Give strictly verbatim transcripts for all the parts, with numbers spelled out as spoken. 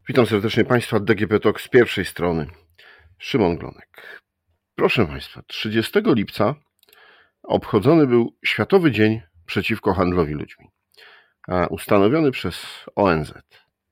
Witam serdecznie Państwa, D G P Talk z pierwszej strony. Szymon Glonek. Proszę Państwa, trzydziestego lipca obchodzony był Światowy Dzień Przeciwko Handlowi Ludźmi, ustanowiony przez O N Z.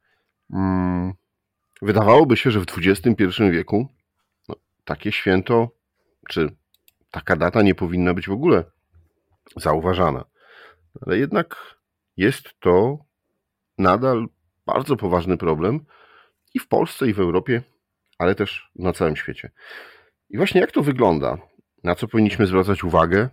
Wydawałoby się, że w dwudziestym pierwszym wieku no, takie święto, czy taka data nie powinna być w ogóle zauważana. Ale jednak jest to nadal bardzo poważny problem i w Polsce, i w Europie, ale też na całym świecie. I właśnie jak to wygląda, na co powinniśmy zwracać uwagę,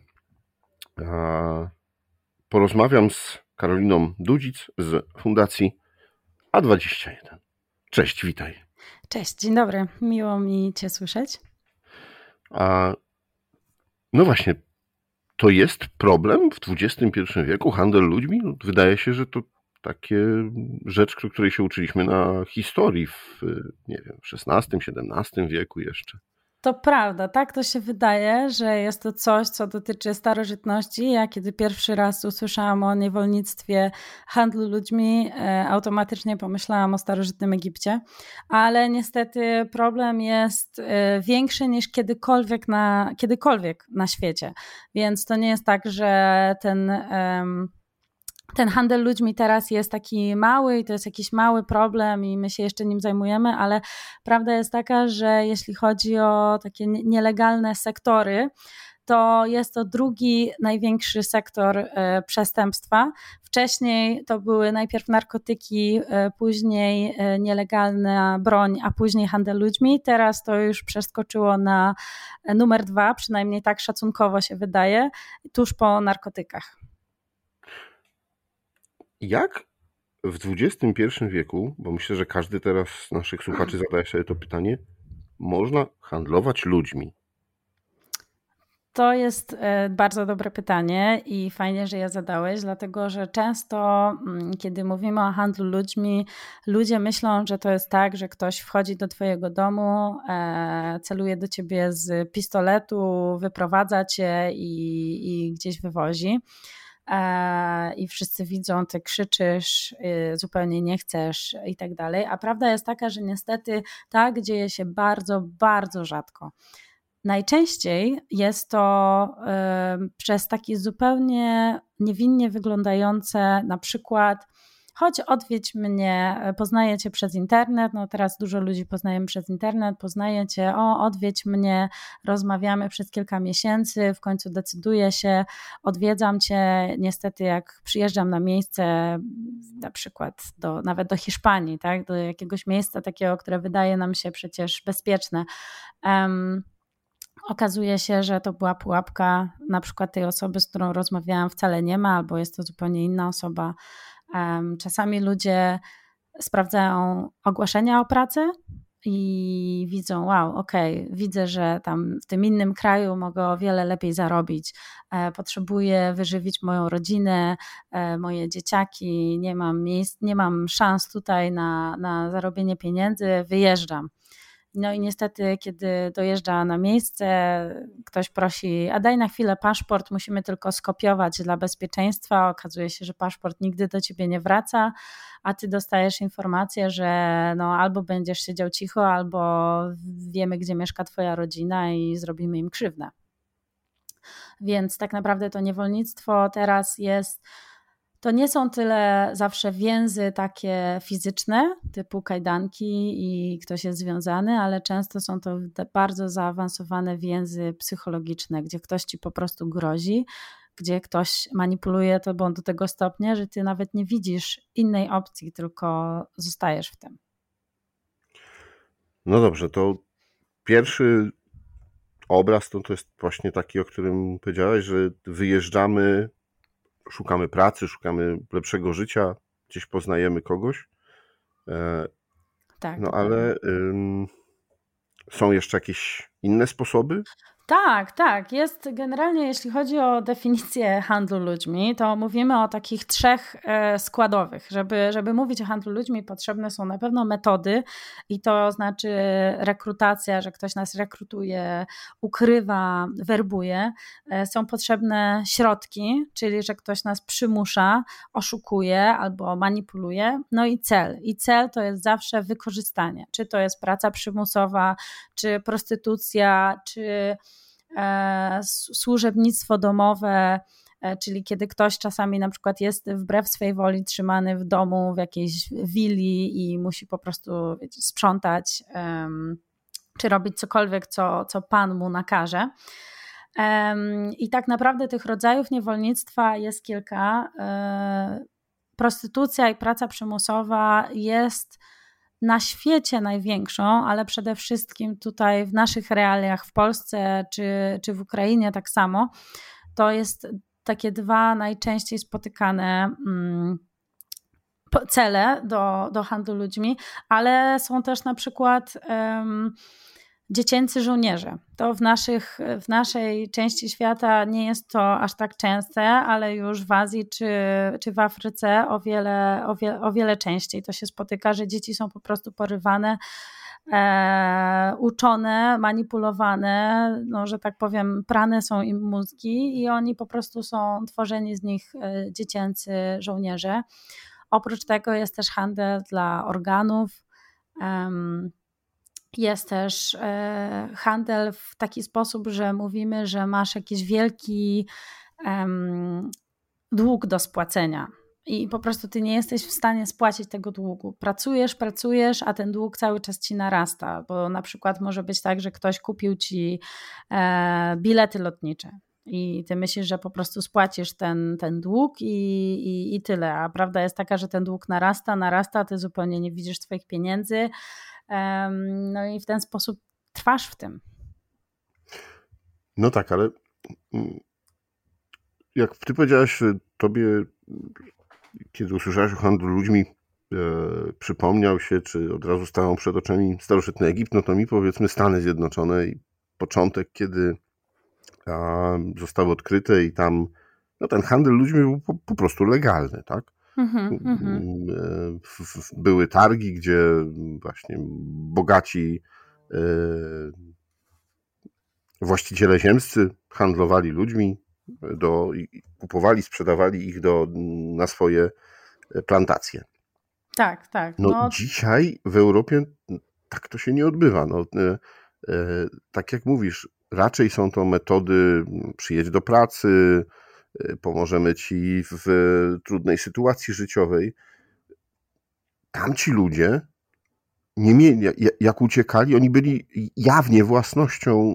porozmawiam z Karoliną Dudzic z Fundacji A dwadzieścia jeden. Cześć, witaj. Cześć, dzień dobry. Miło mi Cię słyszeć. A, no właśnie, to jest problem w dwudziestym pierwszym wieku, handel ludźmi? Wydaje się, że to takie rzecz, której się uczyliśmy na historii w, nie wiem, w szesnastym, siedemnastym wieku jeszcze. To prawda, tak to się wydaje, że jest to coś, co dotyczy starożytności. Ja kiedy pierwszy raz usłyszałam o niewolnictwie, handlu ludźmi, automatycznie pomyślałam o starożytnym Egipcie, ale niestety problem jest większy niż kiedykolwiek na, kiedykolwiek na świecie, więc to nie jest tak, że ten... Um, Ten handel ludźmi teraz jest taki mały i to jest jakiś mały problem i my się jeszcze nim zajmujemy, ale prawda jest taka, że jeśli chodzi o takie nielegalne sektory, to jest to drugi największy sektor przestępstwa. Wcześniej to były najpierw narkotyki, później nielegalna broń, a później handel ludźmi. Teraz to już przeskoczyło na numer dwa, przynajmniej tak szacunkowo się wydaje, tuż po narkotykach. Jak w dwudziestym pierwszym wieku, bo myślę, że każdy teraz z naszych słuchaczy zadaje sobie to pytanie, można handlować ludźmi? To jest bardzo dobre pytanie i fajnie, że je zadałeś, dlatego że często, kiedy mówimy o handlu ludźmi, ludzie myślą, że to jest tak, że ktoś wchodzi do twojego domu, celuje do ciebie z pistoletu, wyprowadza cię i, i gdzieś wywozi. I wszyscy widzą, ty krzyczysz, zupełnie nie chcesz i tak dalej, a prawda jest taka, że niestety tak dzieje się bardzo, bardzo rzadko. Najczęściej jest to y, przez takie zupełnie niewinnie wyglądające, na przykład chodź odwiedź mnie, poznaję cię przez internet, no teraz dużo ludzi poznajemy przez internet, poznaję cię, o odwiedź mnie, rozmawiamy przez kilka miesięcy, w końcu decyduję się, odwiedzam cię, niestety jak przyjeżdżam na miejsce, na przykład do, nawet do Hiszpanii, tak, do jakiegoś miejsca takiego, które wydaje nam się przecież bezpieczne, um, okazuje się, że to była pułapka, na przykład tej osoby, z którą rozmawiałam wcale nie ma, albo jest to zupełnie inna osoba. Czasami ludzie sprawdzają ogłoszenia o pracę i widzą, wow, okej, okay, widzę, że tam w tym innym kraju mogę o wiele lepiej zarobić, potrzebuję wyżywić moją rodzinę, moje dzieciaki, nie mam miejsc, nie mam szans tutaj na, na zarobienie pieniędzy, wyjeżdżam. No i niestety, kiedy dojeżdża na miejsce, ktoś prosi, a daj na chwilę paszport, musimy tylko skopiować dla bezpieczeństwa. Okazuje się, że paszport nigdy do ciebie nie wraca, a ty dostajesz informację, że no albo będziesz siedział cicho, albo wiemy, gdzie mieszka twoja rodzina i zrobimy im krzywdę. Więc tak naprawdę to niewolnictwo teraz jest... To nie są tyle zawsze więzy takie fizyczne, typu kajdanki i ktoś jest związany, ale często są to bardzo zaawansowane więzy psychologiczne, gdzie ktoś ci po prostu grozi, gdzie ktoś manipuluje tobą do tego stopnia, że ty nawet nie widzisz innej opcji, tylko zostajesz w tym. No dobrze, to pierwszy obraz to, to jest właśnie taki, o którym powiedziałeś, że wyjeżdżamy, szukamy pracy, szukamy lepszego życia, gdzieś poznajemy kogoś. Tak, no ale ym, są jeszcze jakieś inne sposoby? Tak, tak. Jest generalnie, jeśli chodzi o definicję handlu ludźmi, to mówimy o takich trzech składowych. Żeby, żeby mówić o handlu ludźmi, potrzebne są na pewno metody i to znaczy rekrutacja, że ktoś nas rekrutuje, ukrywa, werbuje. Są potrzebne środki, czyli że ktoś nas przymusza, oszukuje albo manipuluje. No i cel. I cel to jest zawsze wykorzystanie. Czy to jest praca przymusowa, czy prostytucja, czy służebnictwo domowe, czyli kiedy ktoś czasami na przykład jest wbrew swej woli trzymany w domu w jakiejś willi i musi po prostu, wiecie, sprzątać um, czy robić cokolwiek, co, co pan mu nakaże. Um, I tak naprawdę tych rodzajów niewolnictwa jest kilka. Um, prostytucja i praca przymusowa jest na świecie największą, ale przede wszystkim tutaj w naszych realiach w Polsce czy, czy w Ukrainie tak samo. To jest takie dwa najczęściej spotykane mm, cele do, do handlu ludźmi, ale są też na przykład um, dziecięcy żołnierze. To w, naszych, w naszej części świata nie jest to aż tak częste, ale już w Azji czy, czy w Afryce o wiele, o, wiele, o wiele częściej to się spotyka, że dzieci są po prostu porywane, e, uczone, manipulowane, no, że tak powiem, prane są im mózgi i oni po prostu są tworzeni z nich e, dziecięcy żołnierze. Oprócz tego jest też handel dla organów. Um, Jest też handel w taki sposób, że mówimy, że masz jakiś wielki um, dług do spłacenia i po prostu ty nie jesteś w stanie spłacić tego długu. Pracujesz, pracujesz, a ten dług cały czas ci narasta, bo na przykład może być tak, że ktoś kupił ci e, bilety lotnicze i ty myślisz, że po prostu spłacisz ten, ten dług i, i, i tyle, a prawda jest taka, że ten dług narasta, narasta, ty zupełnie nie widzisz swoich pieniędzy. No i w ten sposób trwasz w tym. No tak, ale jak ty powiedziałaś, tobie, kiedy usłyszałeś o handlu ludźmi, e, przypomniał się, czy od razu stał przed oczami starożytny Egipt, no to mi powiedzmy Stany Zjednoczone i początek, kiedy a, zostały odkryte i tam no, ten handel ludźmi był po, po prostu legalny, tak? Mm-hmm. Były targi, gdzie właśnie bogaci e, właściciele ziemscy handlowali ludźmi, do, kupowali, sprzedawali ich do, na swoje plantacje. Tak, tak. No, no dzisiaj w Europie tak to się nie odbywa. No, e, e, tak jak mówisz, raczej są to metody przyjedź do pracy, pomożemy ci w trudnej sytuacji życiowej. Tamci ludzie nie mieli, jak uciekali, oni byli jawnie własnością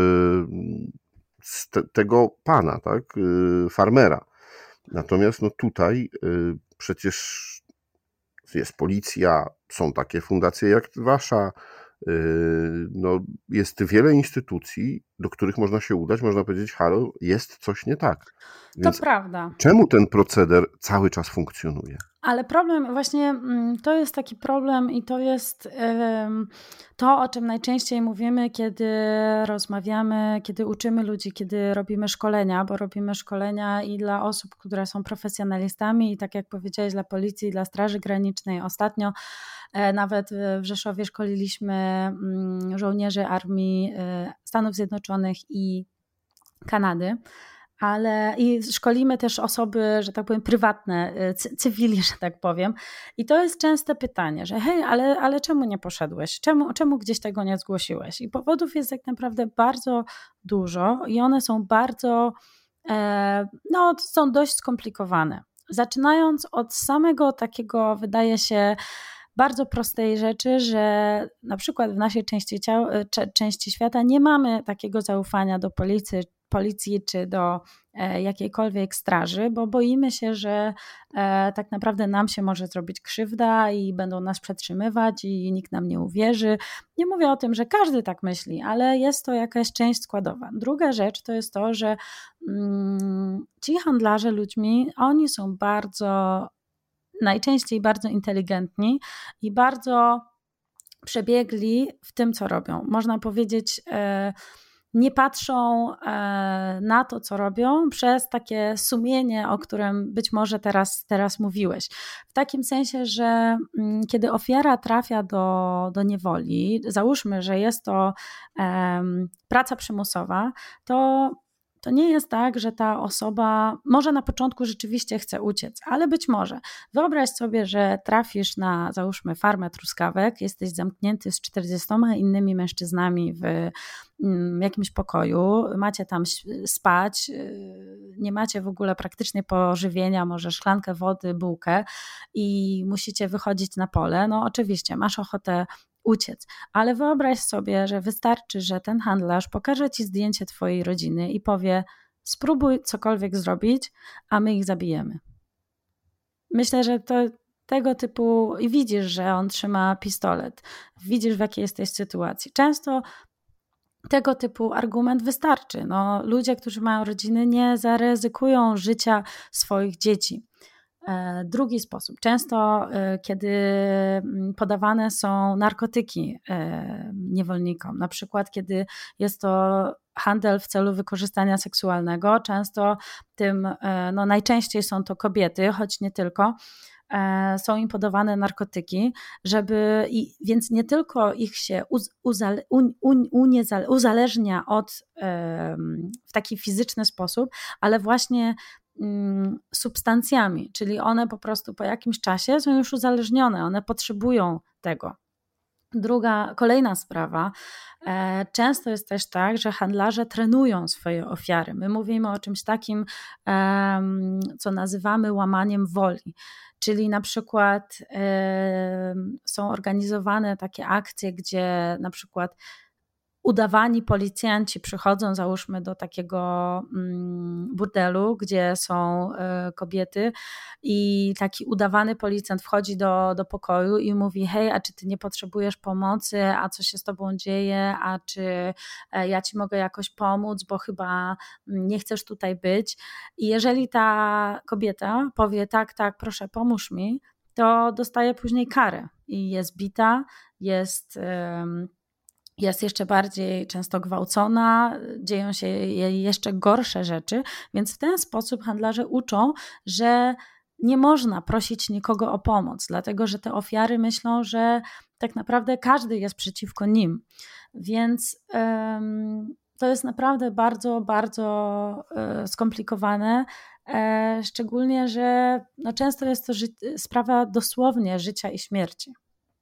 te, tego pana, tak, farmera. Natomiast no tutaj przecież jest policja, są takie fundacje jak wasza, no jest wiele instytucji, do których można się udać, można powiedzieć, halo, jest coś nie tak. Więc to prawda. Czemu ten proceder cały czas funkcjonuje? Ale problem, właśnie to jest taki problem i to jest to, o czym najczęściej mówimy, kiedy rozmawiamy, kiedy uczymy ludzi, kiedy robimy szkolenia, bo robimy szkolenia i dla osób, które są profesjonalistami i tak jak powiedziałeś, dla policji, dla Straży Granicznej. Ostatnio nawet w Rzeszowie szkoliliśmy żołnierzy Armii Stanów Zjednoczonych i Kanady. Ale i szkolimy też osoby, że tak powiem, prywatne, cywili, że tak powiem. I to jest częste pytanie, że hej, ale, ale czemu nie poszedłeś? Czemu, czemu gdzieś tego nie zgłosiłeś? I powodów jest tak naprawdę bardzo dużo i one są bardzo, e, no są dość skomplikowane. Zaczynając od samego takiego, wydaje się, bardzo prostej rzeczy, że na przykład w naszej części, ciała, części świata nie mamy takiego zaufania do policji, policji czy do jakiejkolwiek straży, bo boimy się, że tak naprawdę nam się może zrobić krzywda i będą nas przetrzymywać i nikt nam nie uwierzy. Nie mówię o tym, że każdy tak myśli, ale jest to jakaś część składowa. Druga rzecz to jest to, że ci handlarze ludźmi, oni są bardzo, najczęściej bardzo inteligentni i bardzo przebiegli w tym, co robią. Można powiedzieć, nie patrzą na to, co robią przez takie sumienie, o którym być może teraz, teraz mówiłeś. W takim sensie, że kiedy ofiara trafia do, do niewoli, załóżmy, że jest to um, praca przymusowa, to to nie jest tak, że ta osoba może na początku rzeczywiście chce uciec, ale być może. Wyobraź sobie, że trafisz na, załóżmy, farmę truskawek, jesteś zamknięty z czterdziestoma innymi mężczyznami w jakimś pokoju, macie tam spać, nie macie w ogóle praktycznie pożywienia, może szklankę wody, bułkę i musicie wychodzić na pole. No oczywiście, masz ochotę uciec, ale wyobraź sobie, że wystarczy, że ten handlarz pokaże ci zdjęcie twojej rodziny i powie: spróbuj cokolwiek zrobić, a my ich zabijemy. Myślę, że to tego typu i widzisz, że on trzyma pistolet, widzisz, w jakiej jesteś sytuacji. Często tego typu argument wystarczy. No, ludzie, którzy mają rodziny, nie zaryzykują życia swoich dzieci. Drugi sposób. Często, kiedy podawane są narkotyki niewolnikom, na przykład kiedy jest to handel w celu wykorzystania seksualnego, często tym, no najczęściej są to kobiety, choć nie tylko, są im podawane narkotyki, żeby, i, więc nie tylko ich się uz, uzale, un, un, uniezale, uzależnia od, w taki fizyczny sposób, ale właśnie substancjami, czyli one po prostu po jakimś czasie są już uzależnione, one potrzebują tego. Druga, kolejna sprawa, często jest też tak, że handlarze trenują swoje ofiary. My mówimy o czymś takim, co nazywamy łamaniem woli, czyli na przykład są organizowane takie akcje, gdzie na przykład udawani policjanci przychodzą, załóżmy, do takiego burdelu, gdzie są kobiety i taki udawany policjant wchodzi do, do pokoju i mówi: hej, a czy ty nie potrzebujesz pomocy, a co się z tobą dzieje, a czy ja ci mogę jakoś pomóc, bo chyba nie chcesz tutaj być. I jeżeli ta kobieta powie: tak, tak, proszę, pomóż mi, to dostaje później karę i jest bita, jest... jest jeszcze bardziej często gwałcona, dzieją się jej jeszcze gorsze rzeczy, więc w ten sposób handlarze uczą, że nie można prosić nikogo o pomoc, dlatego że te ofiary myślą, że tak naprawdę każdy jest przeciwko nim. Więc um, to jest naprawdę bardzo, bardzo e, skomplikowane, e, szczególnie, że no, często jest to ży- sprawa dosłownie życia i śmierci.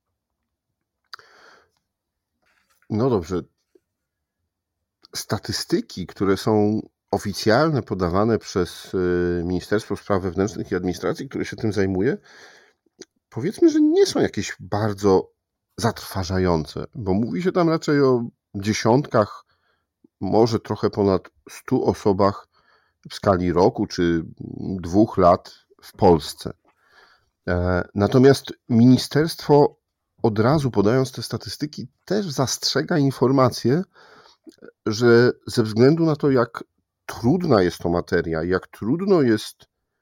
No dobrze. Statystyki, które są oficjalne, podawane przez Ministerstwo Spraw Wewnętrznych i Administracji, które się tym zajmuje, powiedzmy, że nie są jakieś bardzo zatrważające, bo mówi się tam raczej o dziesiątkach, może trochę ponad stu osobach w skali roku czy dwóch lat w Polsce. Natomiast ministerstwo od razu, podając te statystyki, też zastrzega informację, że ze względu na to, jak trudna jest to materia, jak trudno jest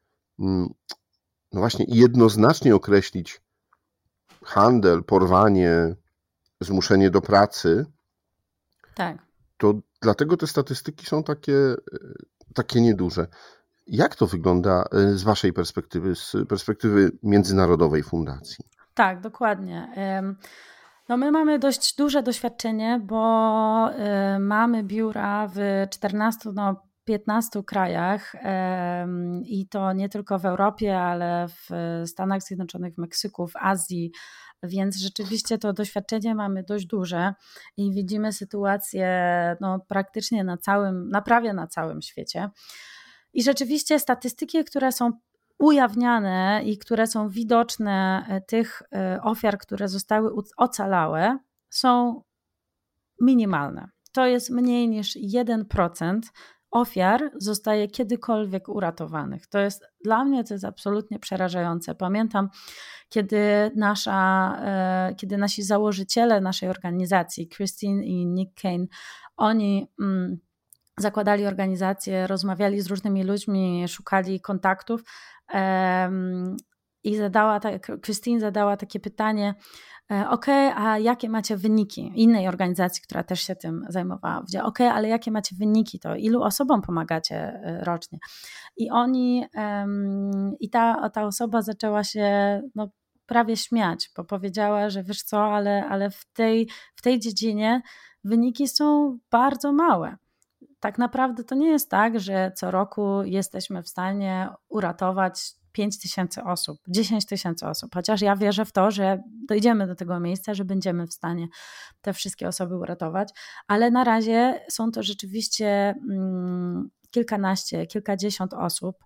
no właśnie jednoznacznie określić handel, porwanie, zmuszenie do pracy, tak. to dlatego te statystyki są takie, takie nieduże. Jak to wygląda z waszej perspektywy, z perspektywy Międzynarodowej Fundacji? Tak, dokładnie. No my mamy dość duże doświadczenie, bo mamy biura w czternastu, no piętnastu krajach i to nie tylko w Europie, ale w Stanach Zjednoczonych, w Meksyku, w Azji, więc rzeczywiście to doświadczenie mamy dość duże i widzimy sytuację no, praktycznie na całym, na prawie na całym świecie. I rzeczywiście statystyki, które są ujawniane i które są widoczne tych ofiar, które zostały ocalałe, są minimalne. To jest mniej niż jeden procent ofiar zostaje kiedykolwiek uratowanych. To jest dla mnie to jest absolutnie przerażające. Pamiętam, kiedy, nasza, kiedy nasi założyciele naszej organizacji, Christine i Nick Kane, oni mm, zakładali organizację, rozmawiali z różnymi ludźmi, szukali kontaktów um, i zadała, Christine zadała takie pytanie, okej, okay, a jakie macie wyniki? Innej organizacji, która też się tym zajmowała. Powiedziała, okej, okay, ale jakie macie wyniki? To ilu osobom pomagacie rocznie? I oni, um, i ta, ta osoba zaczęła się no, prawie śmiać, bo powiedziała, że wiesz co, ale, ale w, tej, w tej dziedzinie wyniki są bardzo małe. Tak naprawdę to nie jest tak, że co roku jesteśmy w stanie uratować pięć tysięcy osób, dziesięć tysięcy osób, chociaż ja wierzę w to, że dojdziemy do tego miejsca, że będziemy w stanie te wszystkie osoby uratować, ale na razie są to rzeczywiście mm, kilkanaście, kilkadziesiąt osób.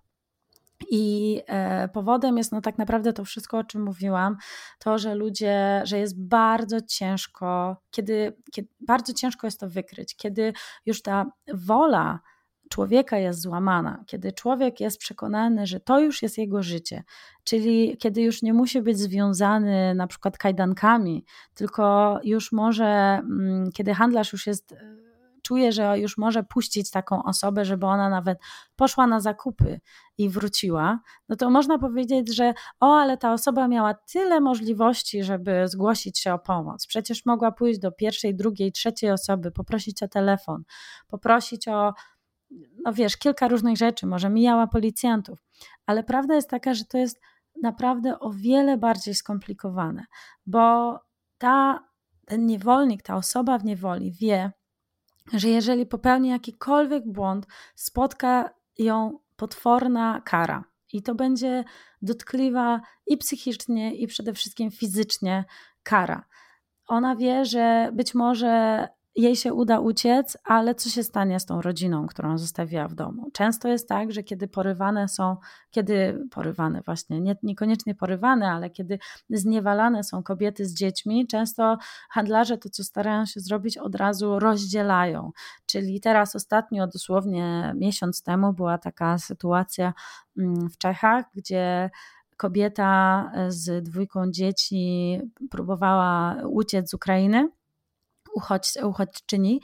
I powodem jest no tak naprawdę to wszystko, o czym mówiłam, to, że ludzie, że jest bardzo ciężko, kiedy, kiedy bardzo ciężko jest to wykryć, kiedy już ta wola człowieka jest złamana, kiedy człowiek jest przekonany, że to już jest jego życie, czyli kiedy już nie musi być związany na przykład kajdankami, tylko już może, kiedy handlarz już jest, czuje, że już może puścić taką osobę, żeby ona nawet poszła na zakupy i wróciła, no to można powiedzieć, że o, ale ta osoba miała tyle możliwości, żeby zgłosić się o pomoc. Przecież mogła pójść do pierwszej, drugiej, trzeciej osoby, poprosić o telefon, poprosić o no wiesz, kilka różnych rzeczy, może mijała policjantów, ale prawda jest taka, że to jest naprawdę o wiele bardziej skomplikowane, bo ta, ten niewolnik, ta osoba w niewoli wie, że jeżeli popełni jakikolwiek błąd, spotka ją potworna kara i to będzie dotkliwa i psychicznie, i przede wszystkim fizycznie kara. Ona wie, że być może jej się uda uciec, ale co się stanie z tą rodziną, którą zostawiła w domu? Często jest tak, że kiedy porywane są, kiedy porywane właśnie, nie, niekoniecznie porywane, ale kiedy zniewalane są kobiety z dziećmi, często handlarze to, co starają się zrobić, od razu rozdzielają. Czyli teraz ostatnio, dosłownie miesiąc temu była taka sytuacja w Czechach, gdzie kobieta z dwójką dzieci próbowała uciec z Ukrainy, uchodź, uchodźczyni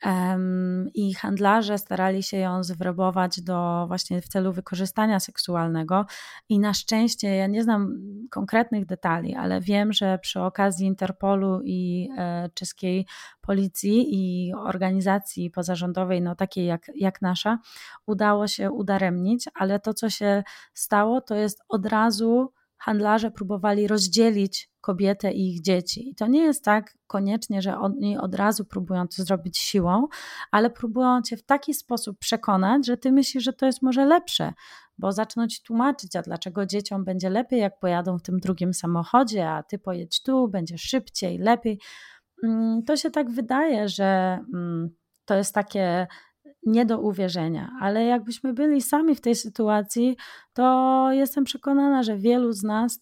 um, i handlarze starali się ją zwerbować do właśnie w celu wykorzystania seksualnego i na szczęście, ja nie znam konkretnych detali, ale wiem, że przy okazji Interpolu i e, czeskiej policji i organizacji pozarządowej, no takiej jak, jak nasza, udało się udaremnić, ale to, co się stało, to jest od razu handlarze próbowali rozdzielić kobietę i ich dzieci. I to nie jest tak koniecznie, że oni od razu próbują to zrobić siłą, ale próbują cię w taki sposób przekonać, że ty myślisz, że to jest może lepsze, bo zaczną ci tłumaczyć, a dlaczego dzieciom będzie lepiej, jak pojadą w tym drugim samochodzie, a ty pojedź tu, będzie szybciej, lepiej. To się tak wydaje, że to jest takie nie do uwierzenia, ale jakbyśmy byli sami w tej sytuacji, to jestem przekonana, że wielu z nas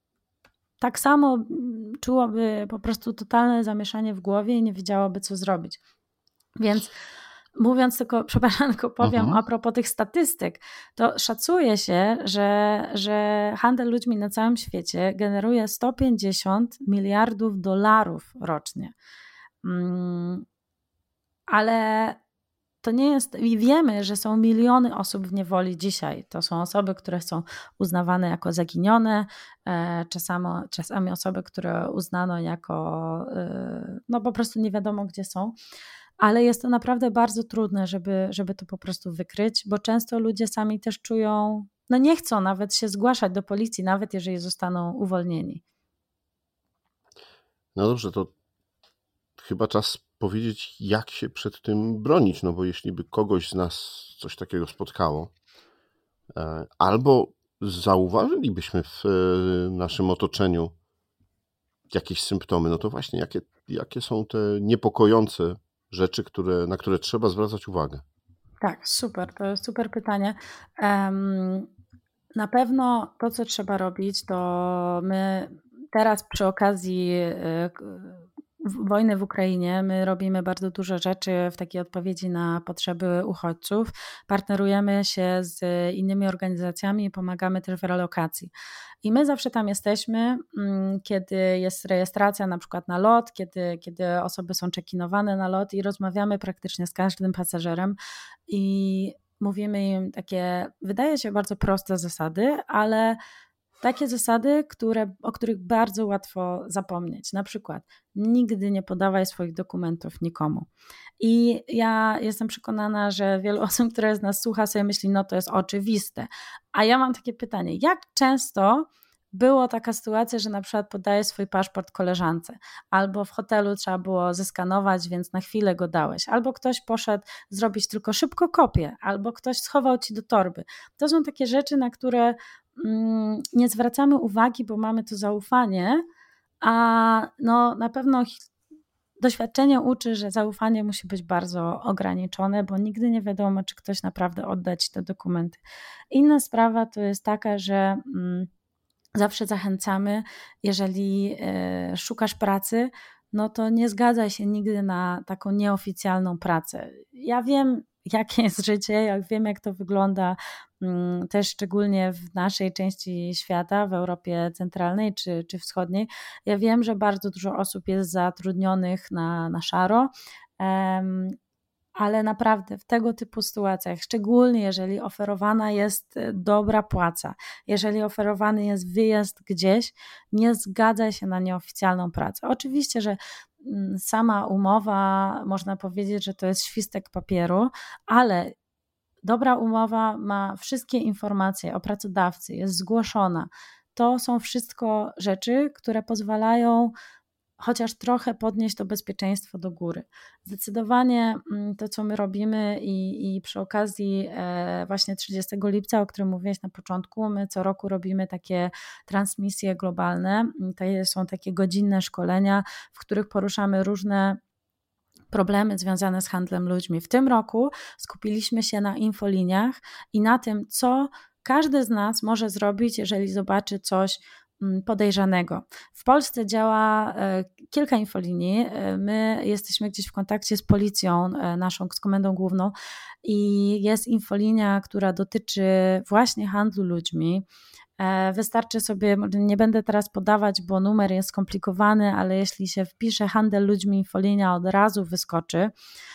tak samo czułoby po prostu totalne zamieszanie w głowie i nie wiedziałoby, co zrobić. Więc mówiąc tylko, przepraszam, tylko powiem mhm. a propos tych statystyk, to szacuje się, że, że handel ludźmi na całym świecie generuje sto pięćdziesiąt miliardów dolarów rocznie. Hmm, ale to nie jest, i wiemy, że są miliony osób w niewoli dzisiaj. To są osoby, które są uznawane jako zaginione, czasami, czasami osoby, które uznano jako, no po prostu nie wiadomo gdzie są, ale jest to naprawdę bardzo trudne, żeby, żeby to po prostu wykryć, bo często ludzie sami też czują, no nie chcą nawet się zgłaszać do policji, nawet jeżeli zostaną uwolnieni. No dobrze, to chyba czas powiedzieć, jak się przed tym bronić, no bo jeśli by kogoś z nas coś takiego spotkało, albo zauważylibyśmy w naszym otoczeniu jakieś symptomy, no to właśnie jakie, jakie są te niepokojące rzeczy, które, na które trzeba zwracać uwagę? Tak, super, to jest super pytanie. Um, na pewno to, co trzeba robić, to my teraz przy okazji wojny w Ukrainie my robimy bardzo dużo rzeczy w takiej odpowiedzi na potrzeby uchodźców. Partnerujemy się z innymi organizacjami i pomagamy też w relokacji. I my zawsze tam jesteśmy, kiedy jest rejestracja na przykład na lot, kiedy, kiedy osoby są check-inowane na lot i rozmawiamy praktycznie z każdym pasażerem i mówimy im takie, wydaje się bardzo proste zasady, ale takie zasady, które, o których bardzo łatwo zapomnieć. Na przykład nigdy nie podawaj swoich dokumentów nikomu. I ja jestem przekonana, że wielu osób, które z nas słucha, sobie myśli, no to jest oczywiste. A ja mam takie pytanie, jak często była taka sytuacja, że na przykład podaję swój paszport koleżance, albo w hotelu trzeba było zeskanować, więc na chwilę go dałeś, albo ktoś poszedł zrobić tylko szybko kopię, albo ktoś schował ci do torby. To są takie rzeczy, na które mm, nie zwracamy uwagi, bo mamy to zaufanie, a no na pewno doświadczenie uczy, że zaufanie musi być bardzo ograniczone, bo nigdy nie wiadomo, czy ktoś naprawdę odda ci te dokumenty. Inna sprawa to jest taka, że mm, zawsze zachęcamy, jeżeli e, szukasz pracy, no to nie zgadzaj się nigdy na taką nieoficjalną pracę. Ja wiem, jakie jest życie, ja wiem, jak to wygląda mm, też szczególnie w naszej części świata, w Europie Centralnej czy, czy Wschodniej. Ja wiem, że bardzo dużo osób jest zatrudnionych na, na szaro, em, ale naprawdę w tego typu sytuacjach, szczególnie jeżeli oferowana jest dobra płaca, jeżeli oferowany jest wyjazd gdzieś, nie zgadzaj się na nieoficjalną pracę. Oczywiście, że sama umowa, można powiedzieć, że to jest świstek papieru, ale dobra umowa ma wszystkie informacje o pracodawcy, jest zgłoszona. To są wszystko rzeczy, które pozwalają chociaż trochę podnieść to bezpieczeństwo do góry. Zdecydowanie to, co my robimy i, i przy okazji właśnie trzydziestego lipca, o którym mówiłeś na początku, my co roku robimy takie transmisje globalne. To są takie godzinne szkolenia, w których poruszamy różne problemy związane z handlem ludźmi. W tym roku skupiliśmy się na infoliniach i na tym, co każdy z nas może zrobić, jeżeli zobaczy coś podejrzanego. W Polsce działa kilka infolinii. My jesteśmy gdzieś w kontakcie z policją naszą, z Komendą Główną i jest infolinia, która dotyczy właśnie handlu ludźmi. Wystarczy sobie, nie będę teraz podawać, bo numer jest skomplikowany, ale jeśli się wpisze handel ludźmi infolinia, od razu wyskoczy.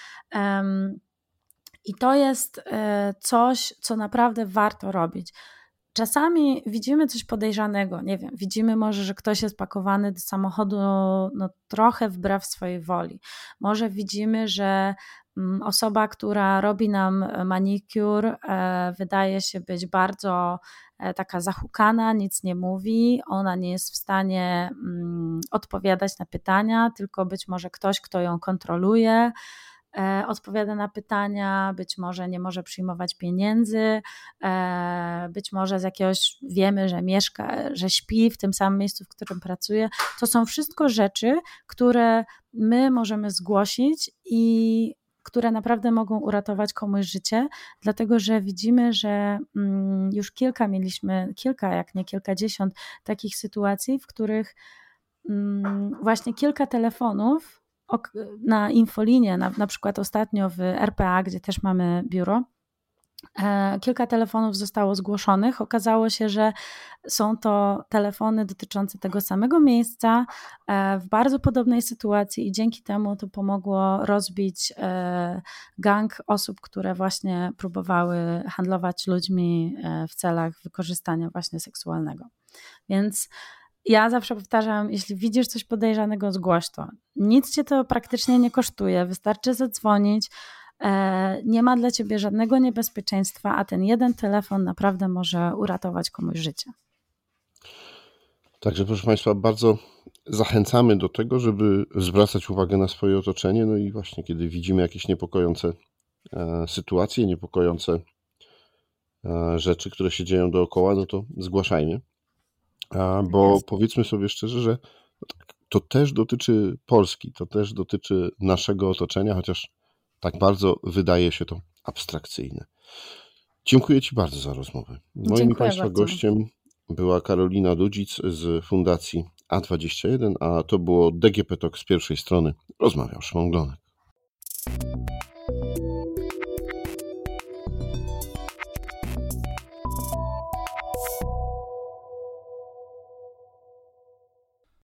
I to jest coś, co naprawdę warto robić. Czasami widzimy coś podejrzanego, nie wiem, widzimy może, że ktoś jest pakowany do samochodu no, trochę wbrew swojej woli. Może widzimy, że osoba, która robi nam manikur, e, wydaje się być bardzo e, taka zahukana, nic nie mówi, ona nie jest w stanie mm, odpowiadać na pytania, tylko być może ktoś, kto ją kontroluje, odpowiada na pytania, być może nie może przyjmować pieniędzy, być może z jakiegoś wiemy, że mieszka, że śpi w tym samym miejscu, w którym pracuje. To są wszystko rzeczy, które my możemy zgłosić i które naprawdę mogą uratować komuś życie, dlatego że widzimy, że już kilka mieliśmy, kilka, jak nie kilkadziesiąt takich sytuacji, w których właśnie kilka telefonów na infolinię, na, na przykład ostatnio w R P A, gdzie też mamy biuro, e, kilka telefonów zostało zgłoszonych. Okazało się, że są to telefony dotyczące tego samego miejsca, e, w bardzo podobnej sytuacji i dzięki temu to pomogło rozbić e, gang osób, które właśnie próbowały handlować ludźmi e, w celach wykorzystania właśnie seksualnego. Więc ja zawsze powtarzam, jeśli widzisz coś podejrzanego, zgłoś to. Nic cię to praktycznie nie kosztuje, wystarczy zadzwonić, nie ma dla ciebie żadnego niebezpieczeństwa, a ten jeden telefon naprawdę może uratować komuś życie. Także proszę Państwa, bardzo zachęcamy do tego, żeby zwracać uwagę na swoje otoczenie, no i właśnie kiedy widzimy jakieś niepokojące sytuacje, niepokojące rzeczy, które się dzieją dookoła, no to zgłaszajmy. Bo Jest. Powiedzmy sobie szczerze, że to też dotyczy Polski, to też dotyczy naszego otoczenia, chociaż tak bardzo wydaje się to abstrakcyjne. Dziękuję Ci bardzo za rozmowę. Moim Dziękuję Państwa bardzo. gościem była Karolina Dudzic z Fundacji A dwadzieścia jeden, a to było D G P Talk z pierwszej strony. Rozmawiał Szymon Glonek.